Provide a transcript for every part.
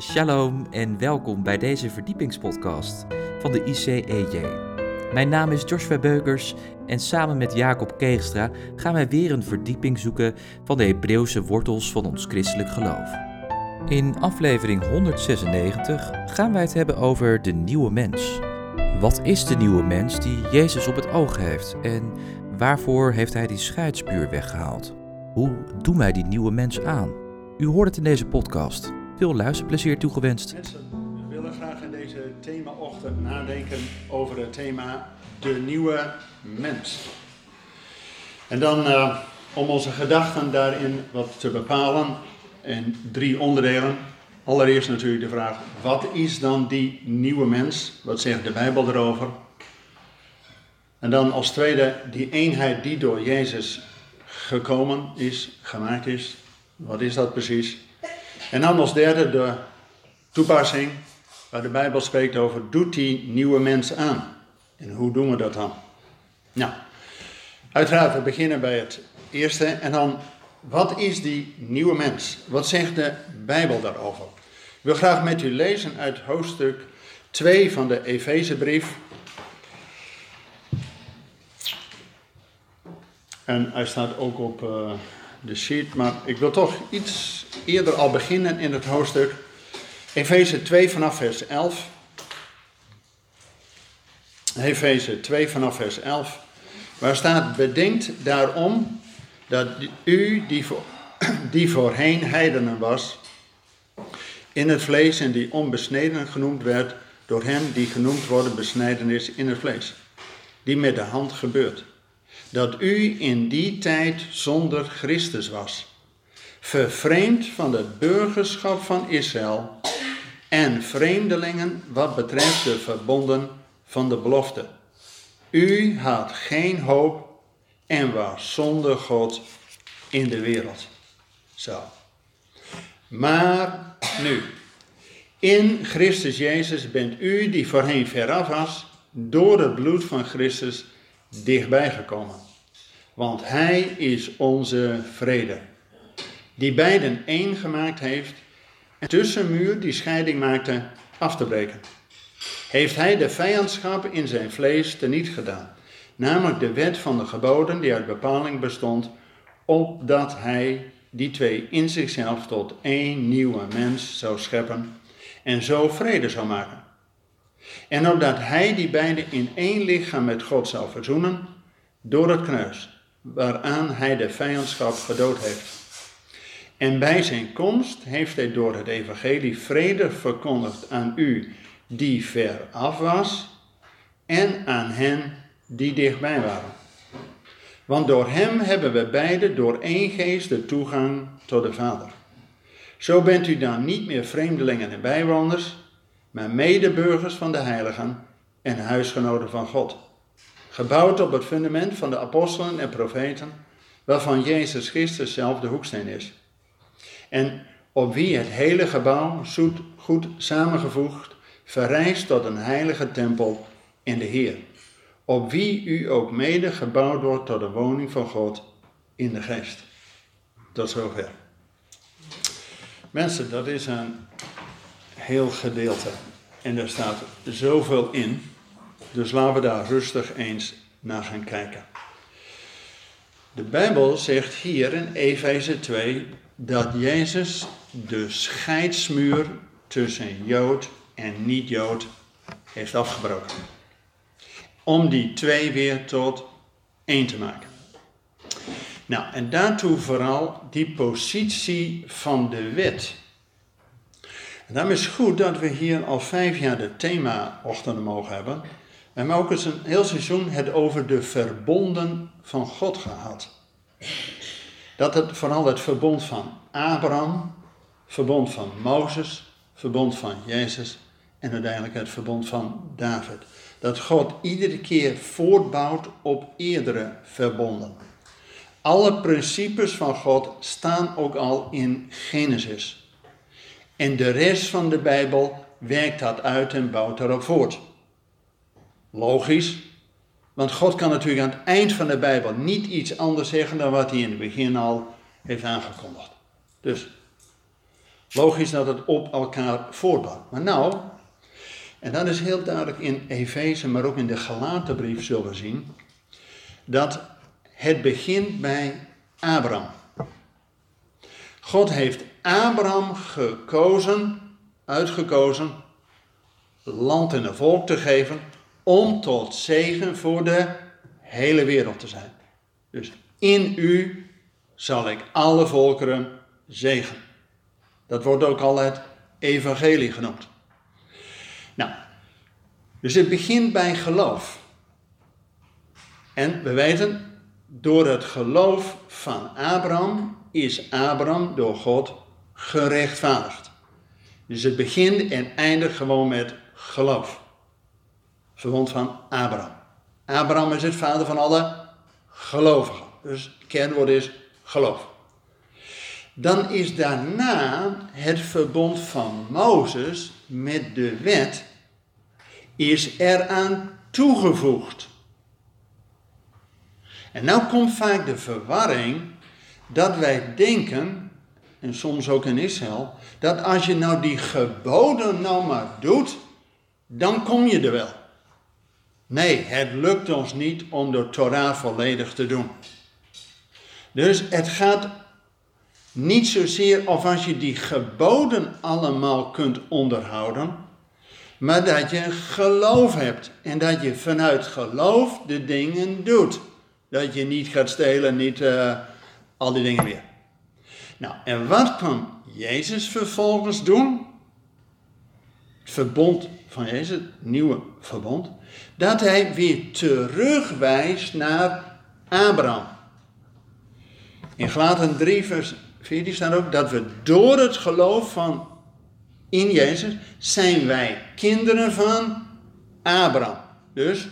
Shalom en welkom bij deze verdiepingspodcast van de ICEJ. Mijn naam is Joshua Beukers en samen met Jacob Keegstra gaan wij weer een verdieping zoeken van de Hebreeuwse wortels van ons christelijk geloof. In aflevering 196 gaan wij het hebben over de nieuwe mens. Wat is de nieuwe mens die Jezus op het oog heeft en waarvoor heeft hij die scheidsmuur weggehaald? Hoe doen wij die nieuwe mens aan? U hoort het in deze podcast. Veel luisterplezier toegewenst. Mensen, we willen graag in deze themaochtend nadenken over het thema de nieuwe mens. En dan om onze gedachten daarin wat te bepalen in 3 onderdelen. Allereerst natuurlijk de vraag, wat is dan die nieuwe mens? Wat zegt de Bijbel erover? En dan als tweede die eenheid die door Jezus gekomen is, gemaakt is. Wat is dat precies? En dan als derde de toepassing, waar de Bijbel spreekt over, doet die nieuwe mens aan. En hoe doen we dat dan? Nou, uiteraard, we beginnen bij het eerste. En dan, wat is die nieuwe mens? Wat zegt de Bijbel daarover? Ik wil graag met u lezen uit hoofdstuk 2 van de Efezebrief. En hij staat ook op de sheet, maar ik wil toch iets eerder al beginnen in het hoofdstuk. Efeze 2 vanaf vers 11. Efeze 2 vanaf vers 11. Waar staat, bedenkt daarom dat u die voorheen heidenen was, in het vlees en die onbesneden genoemd werd, door hem die genoemd worden besnijdenis in het vlees, die met de hand gebeurt. Dat u in die tijd zonder Christus was, vervreemd van het burgerschap van Israël en vreemdelingen wat betreft de verbonden van de belofte. U had geen hoop en was zonder God in de wereld. Zo. Maar nu, in Christus Jezus bent u die voorheen veraf was, door het bloed van Christus dichtbij gekomen. Want hij is onze vrede, die beiden één gemaakt heeft en tussenmuur die scheiding maakte af te breken. Heeft hij de vijandschap in zijn vlees teniet gedaan, namelijk de wet van de geboden die uit bepaling bestond, opdat hij die twee in zichzelf tot één nieuwe mens zou scheppen en zo vrede zou maken. En opdat hij die beiden in één lichaam met God zou verzoenen door het kruis, waaraan hij de vijandschap gedood heeft. En bij zijn komst heeft hij door het evangelie vrede verkondigd aan u die ver af was en aan hen die dichtbij waren. Want door hem hebben we beiden door één geest de toegang tot de Vader. Zo bent u dan niet meer vreemdelingen en bijwoners, maar medeburgers van de heiligen en huisgenoten van God. Gebouwd op het fundament van de apostelen en profeten, waarvan Jezus Christus zelf de hoeksteen is. En op wie het hele gebouw, goed samengevoegd, verrijst tot een heilige tempel in de Heer. Op wie u ook mede gebouwd wordt tot de woning van God in de geest. Tot zover. Mensen, dat is een heel gedeelte. En daar staat zoveel in. Dus laten we daar rustig eens naar gaan kijken. De Bijbel zegt hier in Efeze 2 dat Jezus de scheidsmuur tussen Jood en niet-Jood heeft afgebroken. Om die twee weer tot één te maken. Nou, en daartoe vooral die positie van de wet. En daarom is het goed dat we hier al 5 jaar de themaochtenden mogen hebben. We hebben ook eens een heel seizoen het over de verbonden van God gehad. Dat het vooral het verbond van Abraham, verbond van Mozes, verbond van Jezus en uiteindelijk het verbond van David. Dat God iedere keer voortbouwt op eerdere verbonden. Alle principes van God staan ook al in Genesis. En de rest van de Bijbel werkt dat uit en bouwt daarop voort. Logisch, want God kan natuurlijk aan het eind van de Bijbel niet iets anders zeggen dan wat hij in het begin al heeft aangekondigd. Dus Logisch dat het op elkaar voortbouwt. Maar nou, en dat is heel duidelijk in Efeze, maar ook in de Galatenbrief zullen we zien, dat het begint bij Abraham. God heeft Abraham uitgekozen, land en een volk te geven, om tot zegen voor de hele wereld te zijn. Dus in u zal ik alle volkeren zegenen. Dat wordt ook al het evangelie genoemd. Nou, dus het begint bij geloof. En we weten, door het geloof van Abraham is Abraham door God gerechtvaardigd. Dus het begint en eindigt gewoon met geloof. Verwant van Abraham. Abraham is het vader van alle gelovigen. Dus het kernwoord is geloof. Dan is daarna het verbond van Mozes met de wet is eraan toegevoegd. En nou komt vaak de verwarring dat wij denken, en soms ook in Israël, dat als je nou die geboden nou maar doet, dan kom je er wel. Nee, het lukt ons niet om de Torah volledig te doen. Dus het gaat niet zozeer of als je die geboden allemaal kunt onderhouden, maar dat je geloof hebt en dat je vanuit geloof de dingen doet. Dat je niet gaat stelen, niet al die dingen meer. Nou, en wat kwam Jezus vervolgens doen? Het verbond van Jezus, het nieuwe verbond. Dat hij weer terugwijst naar Abraham. In Galaten 3 vers 14 staat ook dat we door het geloof in Jezus zijn wij kinderen van Abraham. Dus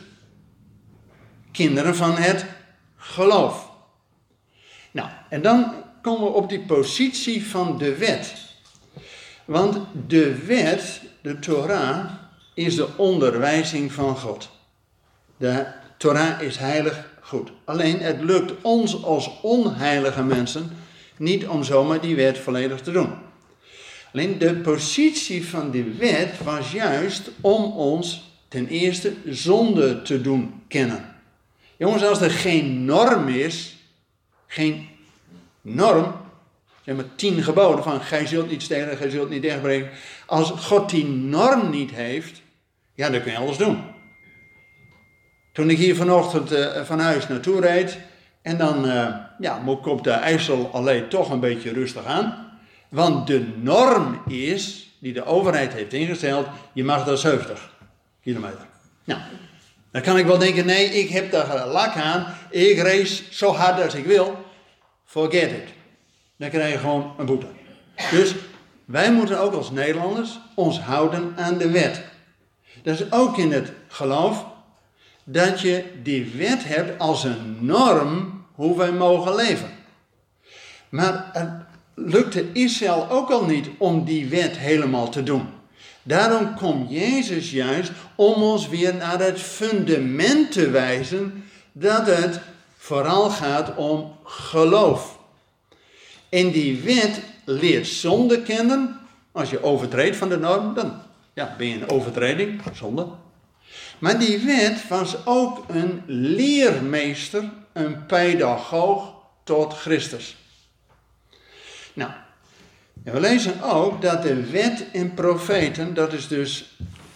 kinderen van het geloof. Nou, en dan komen we op die positie van de wet. Want de wet, de Torah, is de onderwijzing van God. De Torah is heilig goed. Alleen het lukt ons als onheilige mensen niet om zomaar die wet volledig te doen. Alleen de positie van die wet was juist om ons ten eerste zonde te doen kennen. Jongens, als er geen norm is, geen norm, zeg maar 10 geboden van gij zult niet stelen, gij zult niet dichtbreken. Als God die norm niet heeft, ja, dan kun je alles doen. Toen ik hier vanochtend van huis naartoe reed, en dan moet ik op de IJsselallee toch een beetje rustig aan. Want de norm is, die de overheid heeft ingesteld, je mag dat 70 kilometer. Nou, dan kan ik wel denken, nee, ik heb daar lak aan, ik race zo hard als ik wil, forget it. Dan krijg je gewoon een boete. Dus wij moeten ook als Nederlanders ons houden aan de wet. Dat is ook in het geloof, dat je die wet hebt als een norm hoe wij mogen leven. Maar het lukte Israël ook al niet om die wet helemaal te doen. Daarom komt Jezus juist om ons weer naar het fundament te wijzen dat het vooral gaat om geloof. En die wet leert zonde kennen. Als je overtreedt van de norm, dan ben je een overtreding, zonde. Maar die wet was ook een leermeester, een pedagoog tot Christus. Nou, en we lezen ook dat de wet en profeten, dat is dus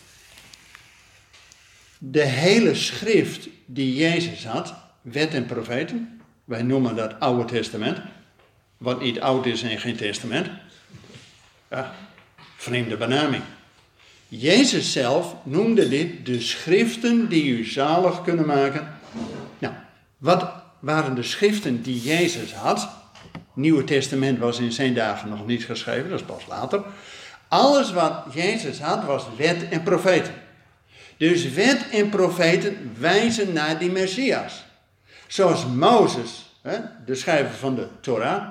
de hele schrift die Jezus had, wet en profeten. Wij noemen dat Oude Testament, wat niet oud is en geen testament. Ja, vreemde benaming. Jezus zelf noemde dit de schriften die u zalig kunnen maken. Nou, wat waren de schriften die Jezus had? Nieuwe Testament was in zijn dagen nog niet geschreven, dat is pas later. Alles wat Jezus had was wet en profeten. Dus wet en profeten wijzen naar die Messias. Zoals Mozes, de schrijver van de Torah,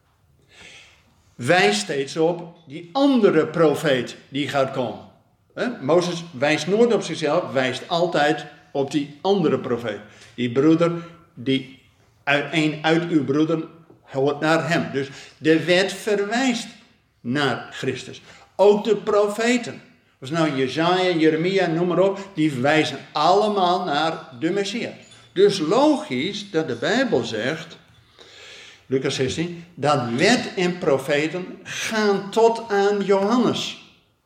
wijst steeds op die andere profeet die gaat komen. Mozes wijst nooit op zichzelf, wijst altijd op die andere profeet. Die broeder, die uit uw broeder hoort naar hem. Dus de wet verwijst naar Christus. Ook de profeten. Of nou Jesaja, Jeremia, noem maar op. Die wijzen allemaal naar de Messias. Dus logisch dat de Bijbel zegt, Lucas 16, dat wet en profeten gaan tot aan Johannes.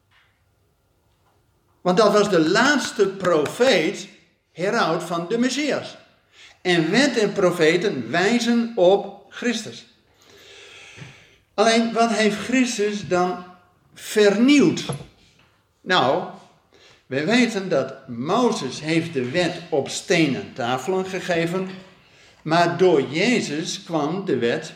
Want dat was de laatste profeet, heraut van de Messias. En wet en profeten wijzen op Christus. Alleen, wat heeft Christus dan vernieuwd? Nou, wij weten dat Mozes heeft de wet op stenen tafelen gegeven, maar door Jezus kwam de wet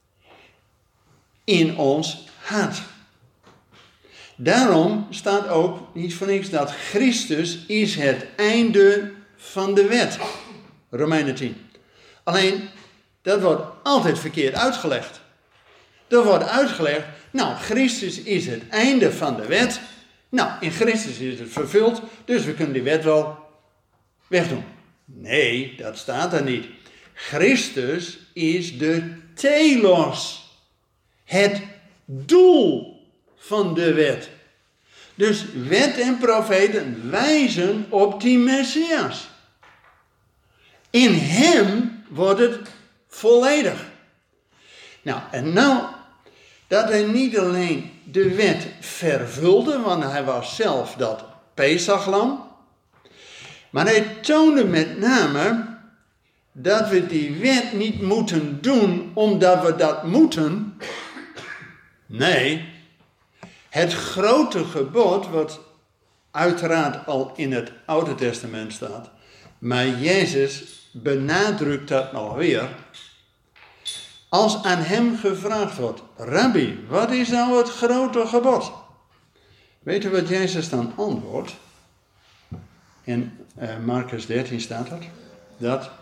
in ons hart. Daarom staat ook niet voor niks dat Christus is het einde van de wet. Romeinen 10. Alleen, dat wordt altijd verkeerd uitgelegd. Er wordt uitgelegd, nou, Christus is het einde van de wet. Nou, in Christus is het vervuld, dus we kunnen die wet wel wegdoen. Nee, dat staat er niet. Christus is de telos. Het doel van de wet. Dus wet en profeten wijzen op die Messias. In hem wordt het volledig. Nou, en nou, dat hij niet alleen de wet vervulde, want hij was zelf dat Pesachlam, maar hij toonde met name dat we die wet niet moeten doen omdat we dat moeten. Nee, het grote gebod, wat uiteraard al in het Oude Testament staat, maar Jezus benadrukt dat nog weer. Als aan hem gevraagd wordt, Rabbi, wat is nou het grote gebod? Weet u wat Jezus dan antwoordt? In Marcus 13 staat dat.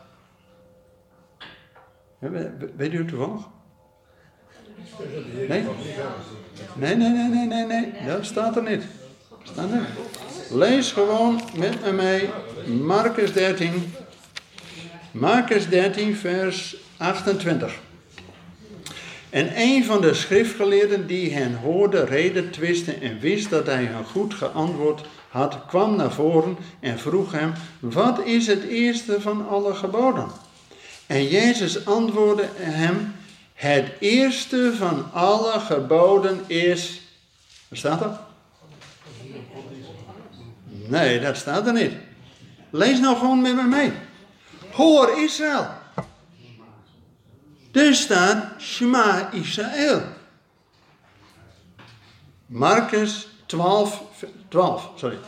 Weet u het toevallig? Nee. Dat staat er niet. Lees gewoon met me mee. Marcus 13. Marcus 13 vers 28. En een van de schriftgeleerden die hen hoorde, reden twisten en wist dat hij hun goed geantwoord had, kwam naar voren en vroeg hem, wat is het eerste van alle geboden? En Jezus antwoordde hem, het eerste van alle geboden is, wat staat er? Nee, dat staat er niet. Lees nou gewoon met me mee. Hoor Israël. Er staat Shema Israël. Marcus 12, sorry.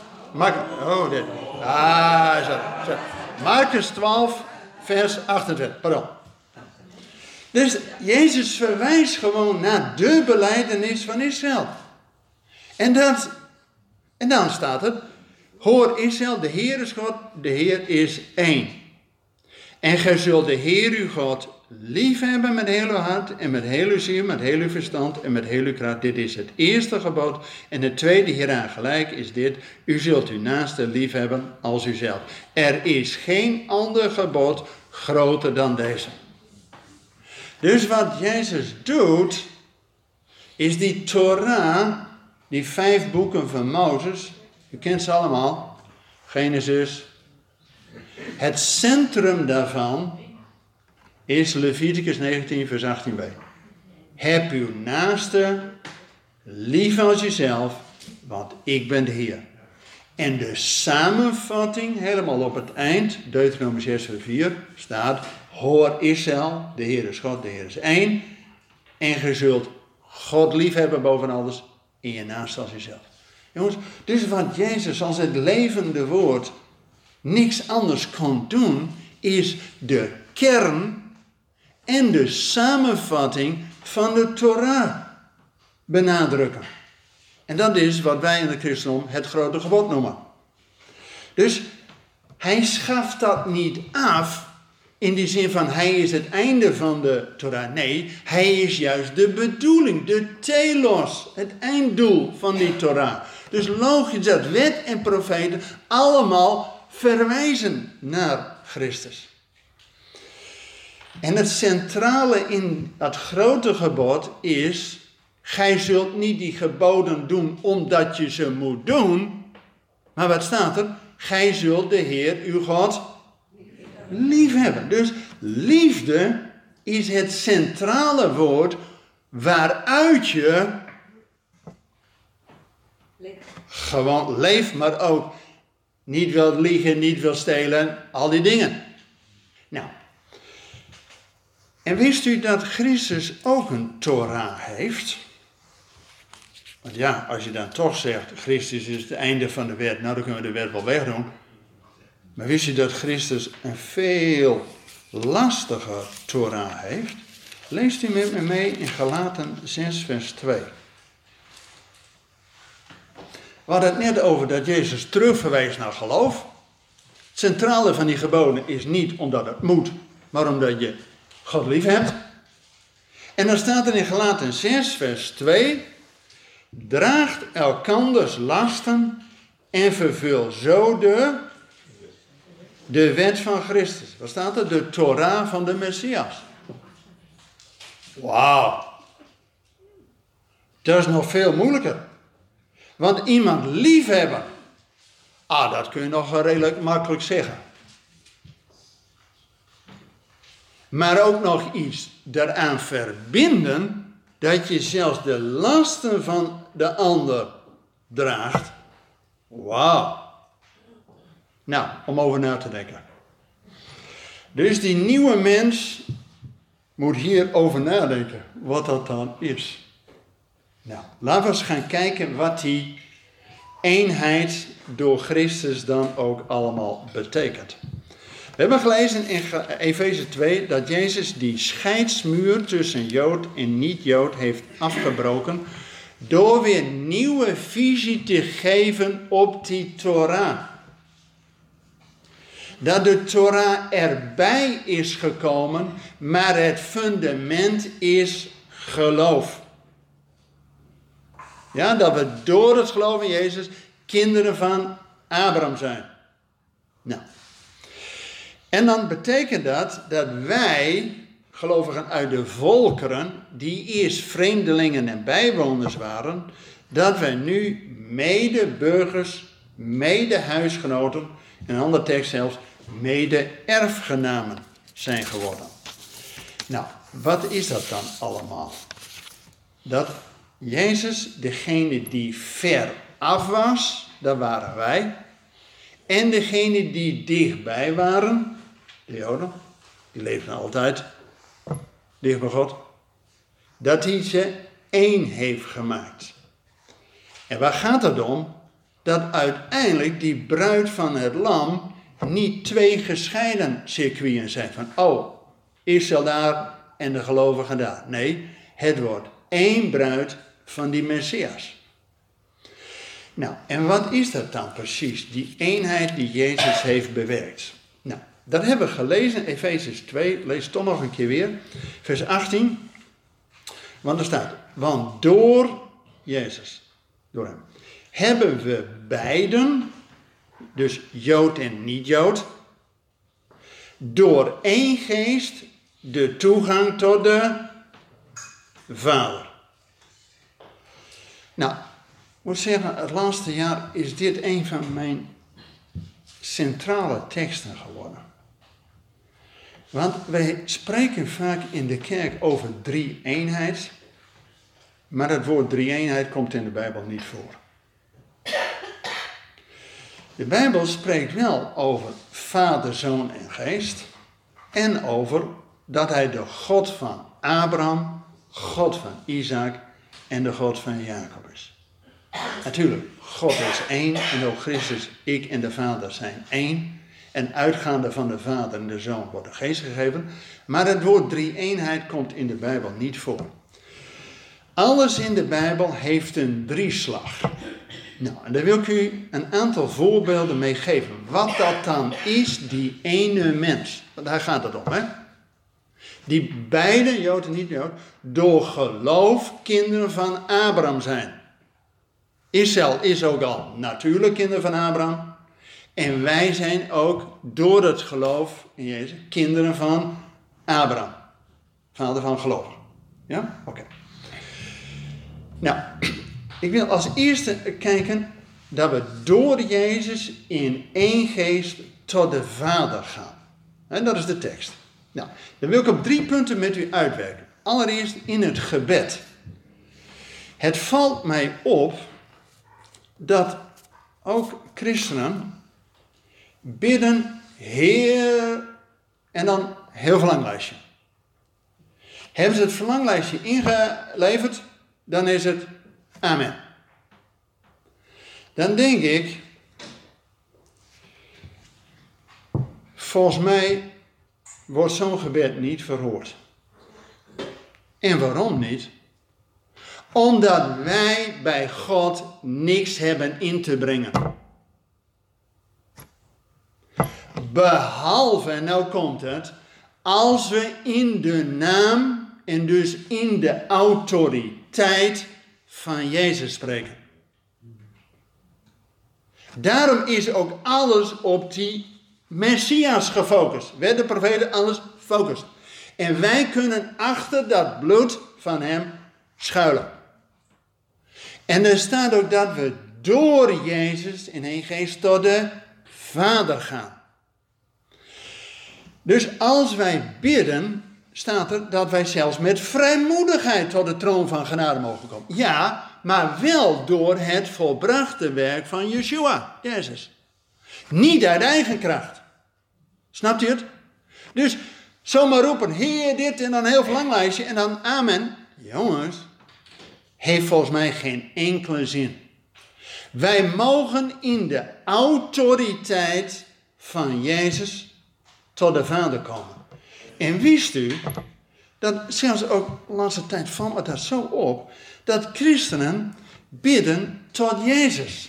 Marcus 12, vers 28, pardon. Dus Jezus verwijst gewoon naar de belijdenis van Israël. En dan staat het, hoor Israël, de Heer is God, de Heer is één. En gij zult de Heer uw God liefhebben met heel uw hart en met heel uw ziel, met heel uw verstand en met heel uw kracht. Dit is het eerste gebod. En het tweede hieraan gelijk is dit, u zult uw naaste liefhebben als uzelf. Er is geen ander gebod groter dan deze. Dus wat Jezus doet, is die Torah, die 5 boeken van Mozes, u kent ze allemaal, Genesis. Het centrum daarvan is Leviticus 19 vers 18b. Heb uw naaste lief als jezelf, want ik ben de Heer. En de samenvatting, helemaal op het eind, Deuteronomium 6 vers 4, staat, hoor Israël, de Heer is God, de Heer is één. En ge zult God lief hebben boven alles en je naaste als jezelf. Jongens, dus wat Jezus als het levende woord niks anders kon doen, is de kern en de samenvatting van de Torah benadrukken. En dat is wat wij in het christendom het grote gebod noemen. Dus hij schaft dat niet af in die zin van hij is het einde van de Torah. Nee, hij is juist de bedoeling, de telos, het einddoel van die Torah. Dus logisch dat wet en profeten allemaal verwijzen naar Christus. En het centrale in dat grote gebod is Gij zult niet die geboden doen omdat je ze moet doen. Maar wat staat er? Gij zult de Heer uw God lief hebben. Dus liefde is het centrale woord waaruit je gewoon leeft, maar ook niet wil liegen, niet wil stelen, al die dingen. Nou, en wist u dat Christus ook een Torah heeft? Want ja, als je dan toch zegt, Christus is het einde van de wet, nou dan kunnen we de wet wel wegdoen. Maar wist u dat Christus een veel lastiger Torah heeft? Leest u met me mee in Galaten 6 vers 2. We hadden het net over dat Jezus terugverwijst naar geloof. Het centrale van die geboden is niet omdat het moet, maar omdat je God lief hebt. En dan staat er in Galaten 6 vers 2... Draagt elkanders lasten en vervul zo de wet van Christus. Wat staat er? De Torah van de Messias. Wauw. Dat is nog veel moeilijker. Want iemand liefhebben. Dat kun je nog wel redelijk makkelijk zeggen. Maar ook nog iets daaraan verbinden. Dat je zelfs de lasten van de ander draagt. Wauw. Nou, om over na te denken. Dus die nieuwe mens moet hierover nadenken. Wat dat dan is. Nou, laten we eens gaan kijken wat die eenheid door Christus dan ook allemaal betekent. We hebben gelezen in Efeze 2 dat Jezus die scheidsmuur tussen Jood en niet-Jood heeft afgebroken door weer nieuwe visie te geven op die Torah. Dat de Torah erbij is gekomen, maar het fundament is geloof. Ja, dat we door het geloof in Jezus kinderen van Abraham zijn. Nou. En dan betekent dat wij, gelovigen uit de volkeren, die eerst vreemdelingen en bijwoners waren, dat wij nu mede-burgers, mede-huisgenoten, in een andere tekst zelfs, mede-erfgenamen zijn geworden. Nou, wat is dat dan allemaal? Dat Jezus, degene die ver af was, dat waren wij, en degene die dichtbij waren, de Joden, die leefden altijd dicht bij God, dat hij ze één heeft gemaakt. En waar gaat het om? Dat uiteindelijk die bruid van het lam niet twee gescheiden circuiten zijn. Van, Israël daar en de gelovigen daar. Nee, het wordt één bruid van die Messias. Nou, en wat is dat dan precies? Die eenheid die Jezus heeft bewerkt. Nou, dat hebben we gelezen in Efeze 2. Lees het toch nog een keer weer. Vers 18. Want er staat, want door Jezus, door hem, hebben we beiden, dus Jood en niet-Jood, door één geest de toegang tot de Vader. Nou, ik moet zeggen, het laatste jaar is dit een van mijn centrale teksten geworden. Want wij spreken vaak in de kerk over drie-eenheid, maar het woord drie-eenheid komt in de Bijbel niet voor. De Bijbel spreekt wel over Vader, Zoon en Geest en over dat hij de God van Abraham, God van Isaac en de God van Jacob is. Natuurlijk, God is één en ook Christus, ik en de Vader zijn één. En uitgaande van de Vader en de Zoon wordt de Geest gegeven. Maar het woord drie-eenheid komt in de Bijbel niet voor. Alles in de Bijbel heeft een drieslag. Nou, en daar wil ik u een aantal voorbeelden mee geven. Wat dat dan is, die ene mens. Daar gaat het om, hè. Die beide, Jood en niet-Jood, door geloof kinderen van Abraham zijn. Israël is ook al natuurlijk kinderen van Abraham. En wij zijn ook door het geloof in Jezus kinderen van Abraham. Vader van geloof. Ja? Oké. Nou, ik wil als eerste kijken dat we door Jezus in één geest tot de Vader gaan. En dat is de tekst. Nou, dan wil ik op 3 punten met u uitwerken. Allereerst in het gebed. Het valt mij op dat ook christenen bidden Heer en dan heel verlanglijstje. Hebben ze het verlanglijstje ingeleverd, dan is het amen. Dan denk ik, volgens mij wordt zo'n gebed niet verhoord. En waarom niet? Omdat wij bij God niks hebben in te brengen. Behalve, en nou komt het, als we in de naam en dus in de autoriteit van Jezus spreken. Daarom is ook alles op die Messias gefocust. Werd de profeten alles gefocust. En wij kunnen achter dat bloed van hem schuilen. En er staat ook dat we door Jezus in één geest tot de Vader gaan. Dus als wij bidden, staat er dat wij zelfs met vrijmoedigheid tot de troon van genade mogen komen. Ja, maar wel door het volbrachte werk van Yeshua, Jezus. Niet uit eigen kracht. Snapt u het? Dus zomaar roepen, Heer dit en dan een heel verlanglijstje en dan amen. Jongens, heeft volgens mij geen enkele zin. Wij mogen in de autoriteit van Jezus tot de Vader komen. En wist u, dat zelfs ook de laatste tijd valt me dat zo op, dat christenen bidden tot Jezus.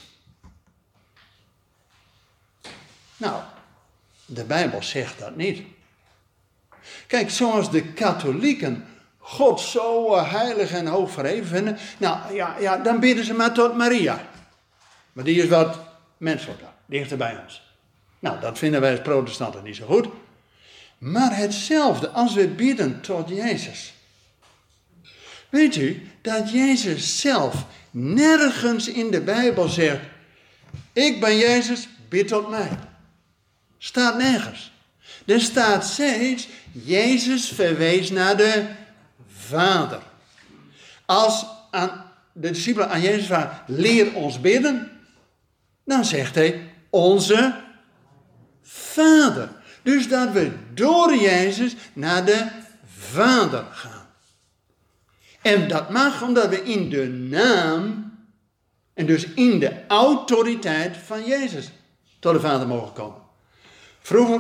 Nou, de Bijbel zegt dat niet. Kijk, zoals de katholieken God zo heilig en hoog verheven vinden, nou ja, dan bidden ze maar tot Maria. Maar die is wat menselijker, dichter bij ons. Nou, dat vinden wij als protestanten niet zo goed. Maar hetzelfde als we bidden tot Jezus. Weet u dat Jezus zelf nergens in de Bijbel zegt, ik ben Jezus, bid tot mij. Staat nergens. Er staat steeds, Jezus verwees naar de Vader. Als de discipelen aan Jezus vragen, leer ons bidden, dan zegt hij, onze Vader. Dus dat we door Jezus naar de Vader gaan. En dat mag omdat we in de naam en dus in de autoriteit van Jezus tot de Vader mogen komen. Vroeger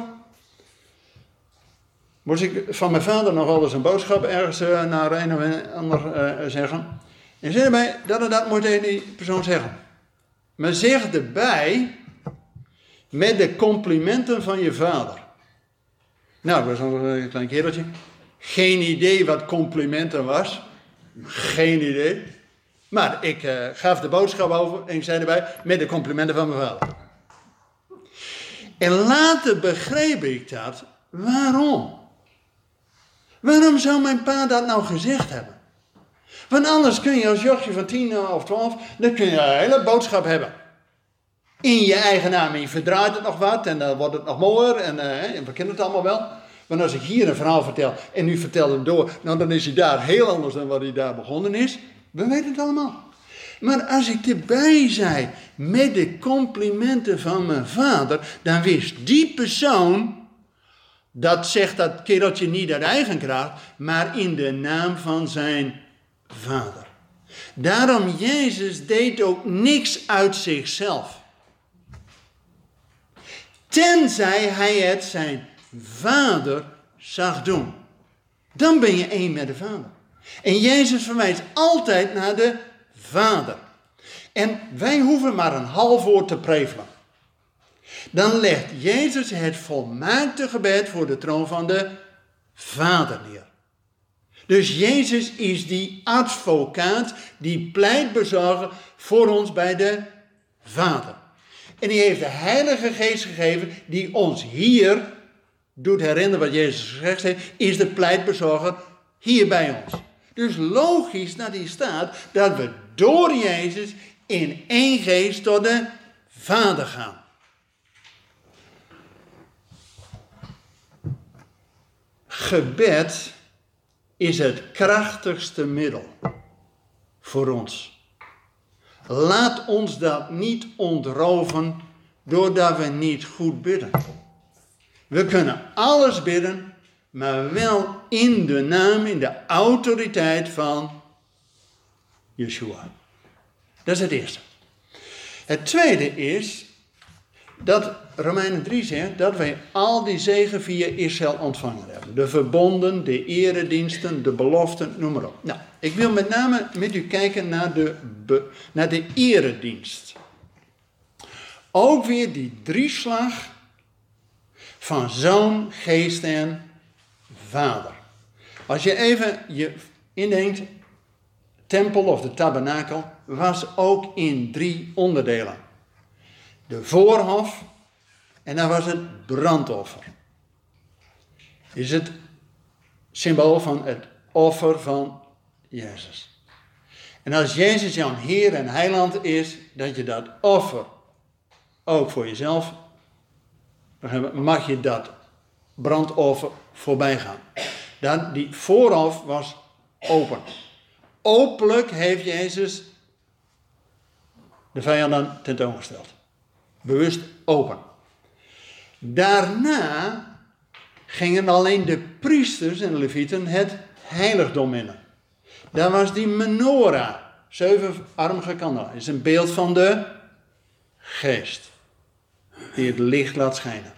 moest ik van mijn vader nog wel eens een boodschap ergens naar een of ander zeggen. En zei mij dat moet die persoon zeggen. Maar zeg erbij met de complimenten van je vader. Nou, ik was nog een klein kereltje. Geen idee wat complimenten was. Geen idee. Maar ik gaf de boodschap over en ik zei erbij met de complimenten van mijn vader. En later begreep ik dat. Waarom? Waarom zou mijn pa dat nou gezegd hebben? Want anders kun je als jochje van 10 of 12, dan kun je een hele boodschap hebben. In je eigen naam. En je verdraait het nog wat en dan wordt het nog mooier. En we kennen het allemaal wel. Maar als ik hier een verhaal vertel en u vertelt hem door, nou dan is hij daar heel anders dan wat hij daar begonnen is. We weten het allemaal. Maar als ik erbij zei met de complimenten van mijn vader, dan wist die persoon, dat zegt dat kereltje niet uit eigen kracht, maar in de naam van zijn vader. Daarom, Jezus deed ook niks uit zichzelf. Tenzij hij het zijn vader zag doen. Dan ben je één met de vader. En Jezus verwijst altijd naar de Vader. En wij hoeven maar een half woord te prevelen. Dan legt Jezus het volmaakte gebed voor de troon van de Vader neer. Dus Jezus is die advocaat, die pleitbezorger voor ons bij de Vader. En die heeft de Heilige Geest gegeven die ons hier doet herinneren wat Jezus gezegd heeft, is de pleitbezorger hier bij ons. Dus logisch dat hier staat dat we door Jezus in één geest tot de Vader gaan. Gebed is het krachtigste middel voor ons. Laat ons dat niet ontroven doordat we niet goed bidden. We kunnen alles bidden, maar wel in de naam, in de autoriteit van Yeshua. Dat is het eerste. Het tweede is dat Romeinen 3 zegt dat wij al die zegen via Israël ontvangen hebben. De verbonden, de erediensten, de beloften, noem maar op. Nou, ik wil met name met u kijken naar de eredienst. Ook weer die drieslag van Zoon, Geest en Vader. Als je even je indenkt, tempel of de tabernakel was ook in 3 onderdelen. De voorhof en dan was het brandoffer. Is het symbool van het offer van Jezus. En als Jezus jouw Heer en Heiland is, dat je dat offer ook voor jezelf, mag je dat brandoffer voorbij gaan. Dan die voorhof was open. Openlijk heeft Jezus de vijanden tentoongesteld. Bewust open. Daarna gingen alleen de priesters en de levieten het heiligdom in. Daar was die menorah, 7-armige kandelaar. Dat is een beeld van de geest. Die het licht laat schijnen.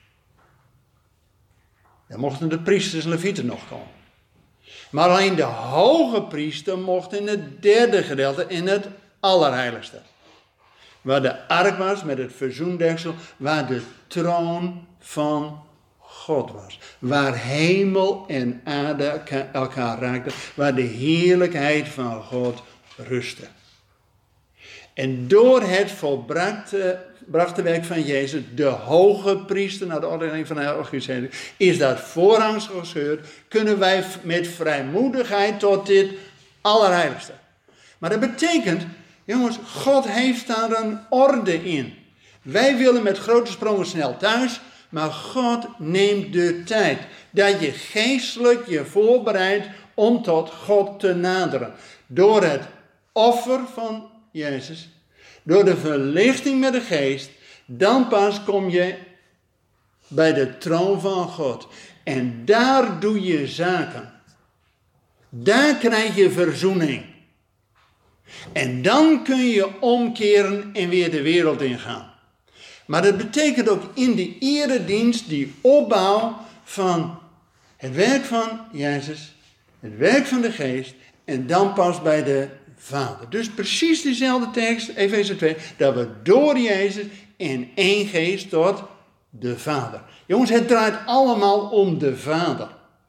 Daar mochten de priesters en levieten nog komen. Maar alleen de hoge priester mocht in het derde gedeelte, in het allerheiligste. Waar de ark was met het verzoendeksel, waar de troon van God was. Waar hemel en aarde elkaar raakten, waar de heerlijkheid van God rustte. En door het volbrachte werk van Jezus, de hoge priester, naar de ordening van de Heilige is dat voorhangsel gescheurd, kunnen wij met vrijmoedigheid tot dit allerheiligste. Maar dat betekent, jongens, God heeft daar een orde in. Wij willen met grote sprongen snel thuis, maar God neemt de tijd. Dat je geestelijk je voorbereidt om tot God te naderen. Door het offer van Jezus, door de verlichting met de geest, dan pas kom je bij de troon van God. En daar doe je zaken. Daar krijg je verzoening. En dan kun je omkeren en weer de wereld ingaan. Maar dat betekent ook in de eredienst die opbouw van het werk van Jezus, het werk van de geest en dan pas bij de Vader. Dus precies dezelfde tekst, Efeze 2, dat we door Jezus in één geest tot de Vader. Jongens, het draait allemaal om de Vader.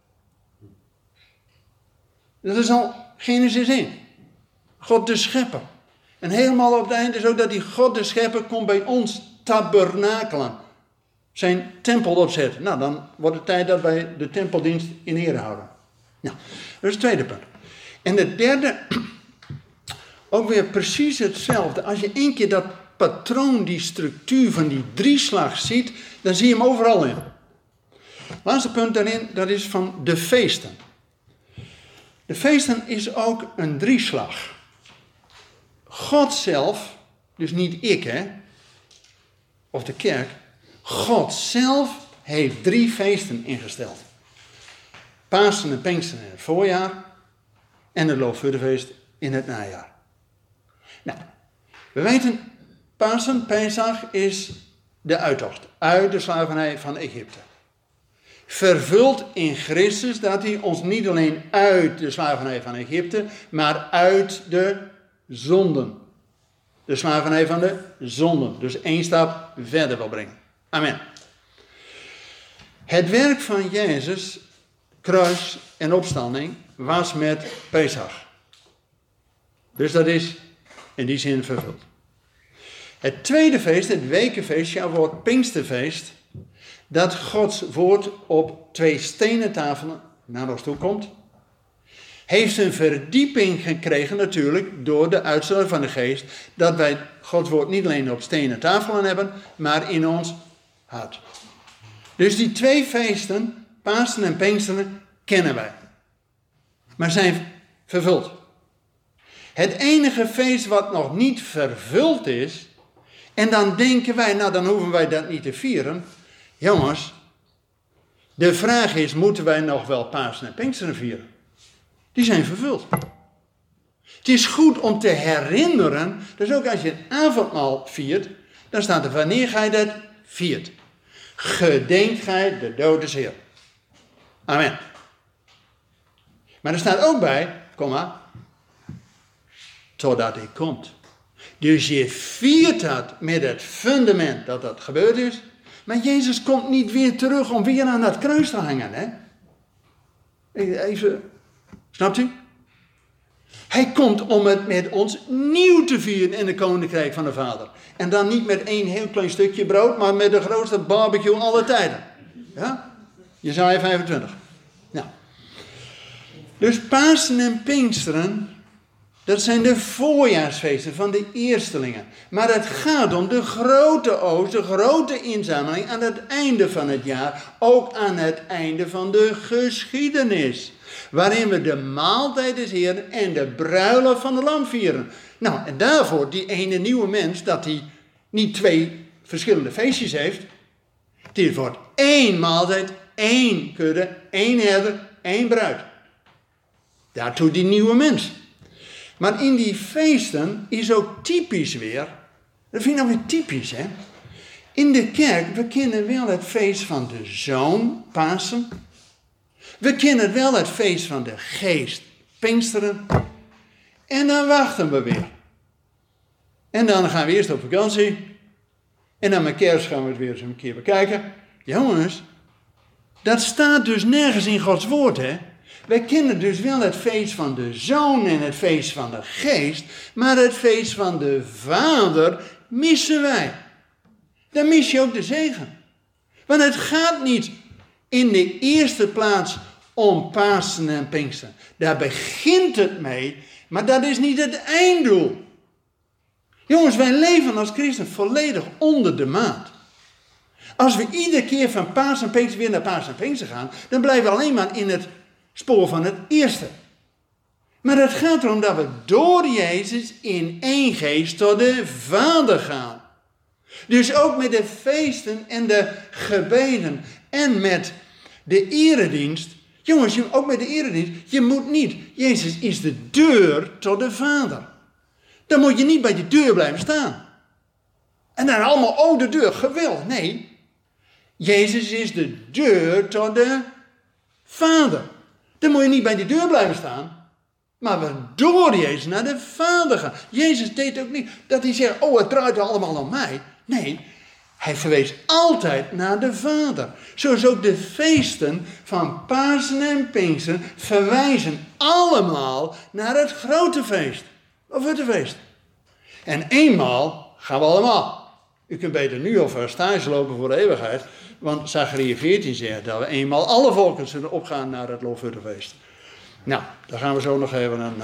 Dat is al Genesis 1. God de Schepper. En helemaal op het eind is ook dat die God de Schepper komt bij ons tabernakelen. Zijn tempel opzetten. Nou, dan wordt het tijd dat wij de tempeldienst in ere houden. Nou, dat is het tweede punt. En het derde, ook weer precies hetzelfde. Als je één keer dat patroon, die structuur van die drieslag ziet, dan zie je hem overal in. Laatste punt daarin, dat is van de feesten. De feesten is ook een drieslag. God zelf, dus niet ik of de kerk, God zelf heeft 3 feesten ingesteld. Pasen en Pinksteren in het voorjaar en het Loofhuttenfeest in het najaar. Nou, we weten, Pasen, Pesach is de uittocht uit de slavernij van Egypte. Vervuld in Christus dat hij ons niet alleen uit de slavernij van Egypte, maar uit de zonden. De slavernij van de zonden. Dus 1 stap verder wil brengen. Amen. Het werk van Jezus, kruis en opstanding, was met Pesach. Dus dat is in die zin vervuld. Het tweede feest, het wekenfeest, wordt Pinksterfeest, dat Gods woord op 2 stenen tafelen naar ons toe komt. heeft een verdieping gekregen natuurlijk door de uitstorting van de geest, dat wij Gods woord niet alleen op stenen tafelen hebben, maar in ons hart. Dus die 2 feesten, Pasen en Pinksteren, kennen wij. Maar zijn vervuld. Het enige feest wat nog niet vervuld is, en dan denken wij, nou dan hoeven wij dat niet te vieren. Jongens, de vraag is, moeten wij nog wel Pasen en Pinksteren vieren? Die zijn vervuld. Het is goed om te herinneren, dus ook als je het avondmaal viert, dan staat er wanneer gij dat viert. Gedenkt gij de dood des Heer. Amen. Maar er staat ook bij, totdat hij komt. Dus je viert dat met het fundament dat dat gebeurd is. Maar Jezus komt niet weer terug om weer aan dat kruis te hangen. Hè? Even, snapt u? Hij komt om het met ons nieuw te vieren in het koninkrijk van de Vader. En dan niet met 1 heel klein stukje brood, maar met de grootste barbecue alle tijden. Ja? Jesaja 25. Nou. Dus Pasen en Pinksteren, dat zijn de voorjaarsfeesten van de eerstelingen. Maar het gaat om de grote oogst, de grote inzameling aan het einde van het jaar. Ook aan het einde van de geschiedenis. Waarin we de maaltijd des Heeren en de bruiloft van de Lam vieren. Nou, en daarvoor die ene nieuwe mens, dat hij niet 2 verschillende feestjes heeft. Het wordt 1 maaltijd, 1 kudde, 1 herder, 1 bruid. Daartoe die nieuwe mens. Maar in die feesten is ook typisch weer, dat vind ik nou weer typisch hè. In de kerk, we kennen wel het feest van de Zoon, Pasen. We kennen wel het feest van de Geest, Pinksteren. En dan wachten we weer. En dan gaan we eerst op vakantie. En dan met kerst gaan we het weer eens een keer bekijken. Jongens, dat staat dus nergens in Gods woord hè. Wij kennen dus wel het feest van de Zoon en het feest van de Geest, maar het feest van de Vader missen wij. Dan mis je ook de zegen. Want het gaat niet in de eerste plaats om Pasen en Pinksteren. Daar begint het mee, maar dat is niet het einddoel. Jongens, wij leven als christen volledig onder de maat. Als we iedere keer van Pasen en Pinksteren weer naar Pasen en Pinksteren gaan, dan blijven we alleen maar in het spoor van het eerste. Maar het gaat erom dat we door Jezus in 1 geest tot de Vader gaan. Dus ook met de feesten en de gebeden en met de eredienst. Jongens, ook met de eredienst, je moet niet. Jezus is de deur tot de Vader. Dan moet je niet bij die deur blijven staan. En dan allemaal, de deur, geweldig. Nee, Jezus is de deur tot de Vader. Dan moet je niet bij die deur blijven staan, maar we door Jezus naar de Vader gaan. Jezus deed ook niet dat hij zegt, het draait allemaal om mij. Nee, hij verwees altijd naar de Vader. Zoals ook de feesten van Pasen en Pinksteren verwijzen allemaal naar het grote feest. Of het feest. En eenmaal gaan we allemaal. U kunt beter nu alvast stage lopen voor de eeuwigheid. Want Zachariah 14 zegt dat we eenmaal alle volken zullen opgaan naar het Loofhuttenfeest. Nou, daar gaan we zo nog even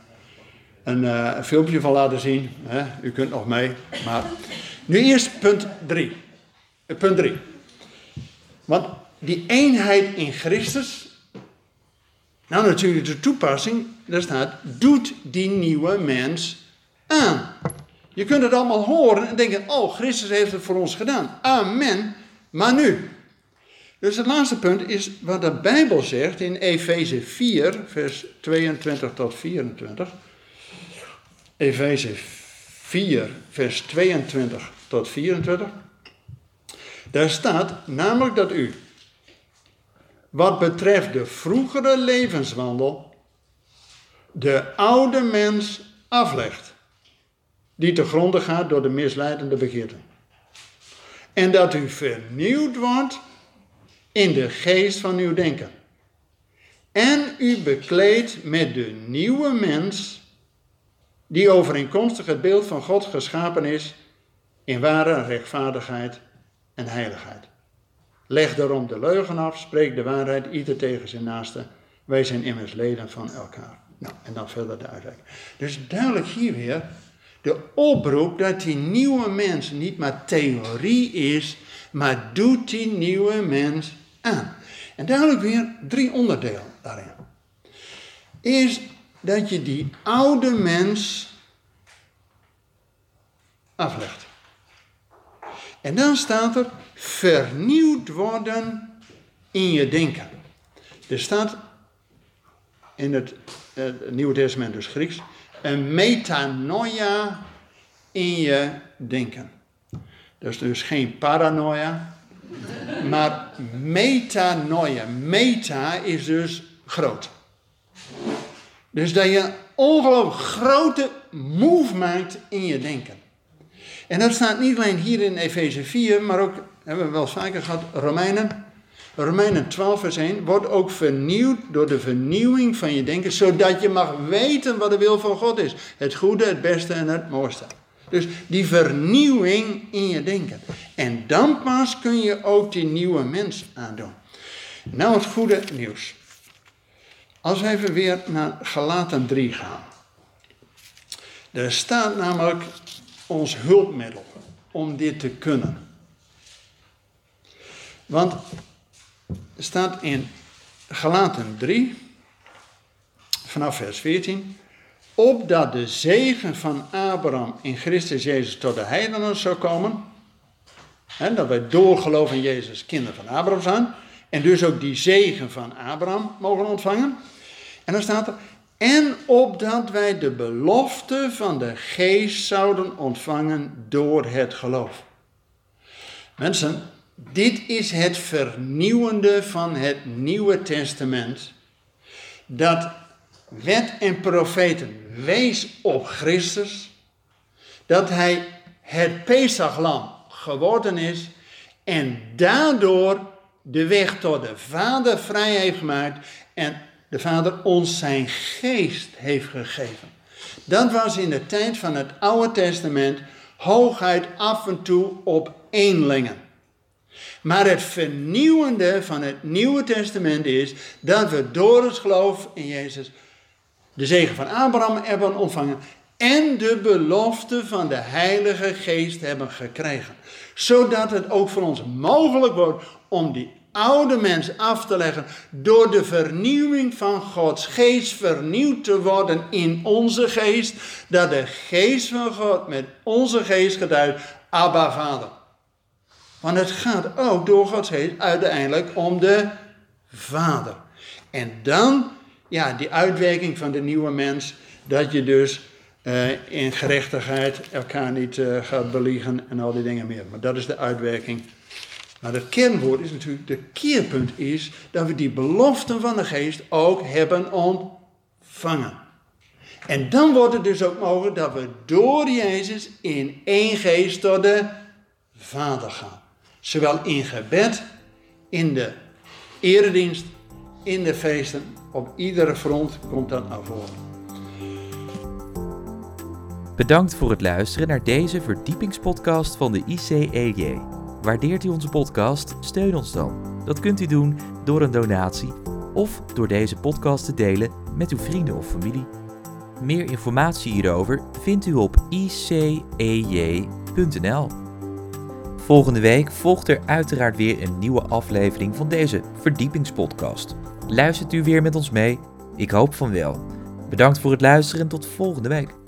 een filmpje van laten zien. U kunt nog mee. Maar nu eerst punt 3. Punt 3. Want die eenheid in Christus. Nou natuurlijk de toepassing. Daar staat, doet die nieuwe mens aan. Je kunt het allemaal horen en denken, Christus heeft het voor ons gedaan. Amen. Maar nu. Dus het laatste punt is wat de Bijbel zegt in Efeze 4, vers 22 tot 24. Efeze 4, vers 22 tot 24. Daar staat namelijk dat u, wat betreft de vroegere levenswandel, de oude mens aflegt, die te gronde gaat door de misleidende begeerten. En dat u vernieuwd wordt in de geest van uw denken. En u bekleedt met de nieuwe mens, die overeenkomstig het beeld van God geschapen is, in ware rechtvaardigheid en heiligheid. Leg daarom de leugen af, spreek de waarheid ieder tegen zijn naaste Wij zijn immers leden van elkaar. Nou, en dan verder de uitwerking. Dus duidelijk hier weer de oproep dat die nieuwe mens niet maar theorie is, maar doet die nieuwe mens aan. En duidelijk weer 3 onderdelen daarin. Eerst dat je die oude mens aflegt. En dan staat er vernieuwd worden in je denken. Er staat in het Nieuwe Testament, dus Grieks, een metanoia in je denken. Dat is dus geen paranoia, maar metanoia. Meta is dus groot. Dus dat je een ongelooflijk grote move maakt in je denken. En dat staat niet alleen hier in Efeze 4, maar ook, hebben we wel eens vaker gehad, Romeinen 12 vers 1, wordt ook vernieuwd door de vernieuwing van je denken, zodat je mag weten wat de wil van God is. Het goede, het beste en het mooiste. Dus die vernieuwing in je denken. En dan pas kun je ook die nieuwe mens aandoen. Nou het goede nieuws. Als we even weer naar Galaten 3 gaan. Er staat namelijk ons hulpmiddel om dit te kunnen. Want er staat in Galaten 3, vanaf vers 14, opdat de zegen van Abraham in Christus Jezus tot de heidenen zou komen. En dat wij door geloof in Jezus kinderen van Abraham zijn. En dus ook die zegen van Abraham mogen ontvangen. En dan staat er, en opdat wij de belofte van de geest zouden ontvangen door het geloof. Mensen, dit is het vernieuwende van het Nieuwe Testament. Dat wet en profeten wees op Christus. Dat hij het Pesachlam geworden is. En daardoor de weg tot de Vader vrij heeft gemaakt. En de Vader ons zijn geest heeft gegeven. Dat was in de tijd van het Oude Testament hooguit af en toe op eenlingen. Maar het vernieuwende van het Nieuwe Testament is dat we door het geloof in Jezus de zegen van Abraham hebben ontvangen en de belofte van de Heilige Geest hebben gekregen. Zodat het ook voor ons mogelijk wordt om die oude mens af te leggen door de vernieuwing van Gods geest vernieuwd te worden in onze geest. Dat de geest van God met onze geest getuigt, Abba Vader. Want het gaat ook door Gods geest uiteindelijk om de Vader. En dan, ja, die uitwerking van de nieuwe mens, dat je dus in gerechtigheid elkaar niet gaat beliegen en al die dingen meer. Maar dat is de uitwerking. Maar het kernwoord is natuurlijk, de keerpunt is dat we die beloften van de geest ook hebben ontvangen. En dan wordt het dus ook mogelijk dat we door Jezus in één geest tot de Vader gaan. Zowel in gebed, in de eredienst, in de feesten, op iedere front komt dat naar voren. Bedankt voor het luisteren naar deze verdiepingspodcast van de ICEJ. Waardeert u onze podcast? Steun ons dan. Dat kunt u doen door een donatie of door deze podcast te delen met uw vrienden of familie. Meer informatie hierover vindt u op icej.nl. Volgende week volgt er uiteraard weer een nieuwe aflevering van deze verdiepingspodcast. Luistert u weer met ons mee? Ik hoop van wel. Bedankt voor het luisteren en tot volgende week.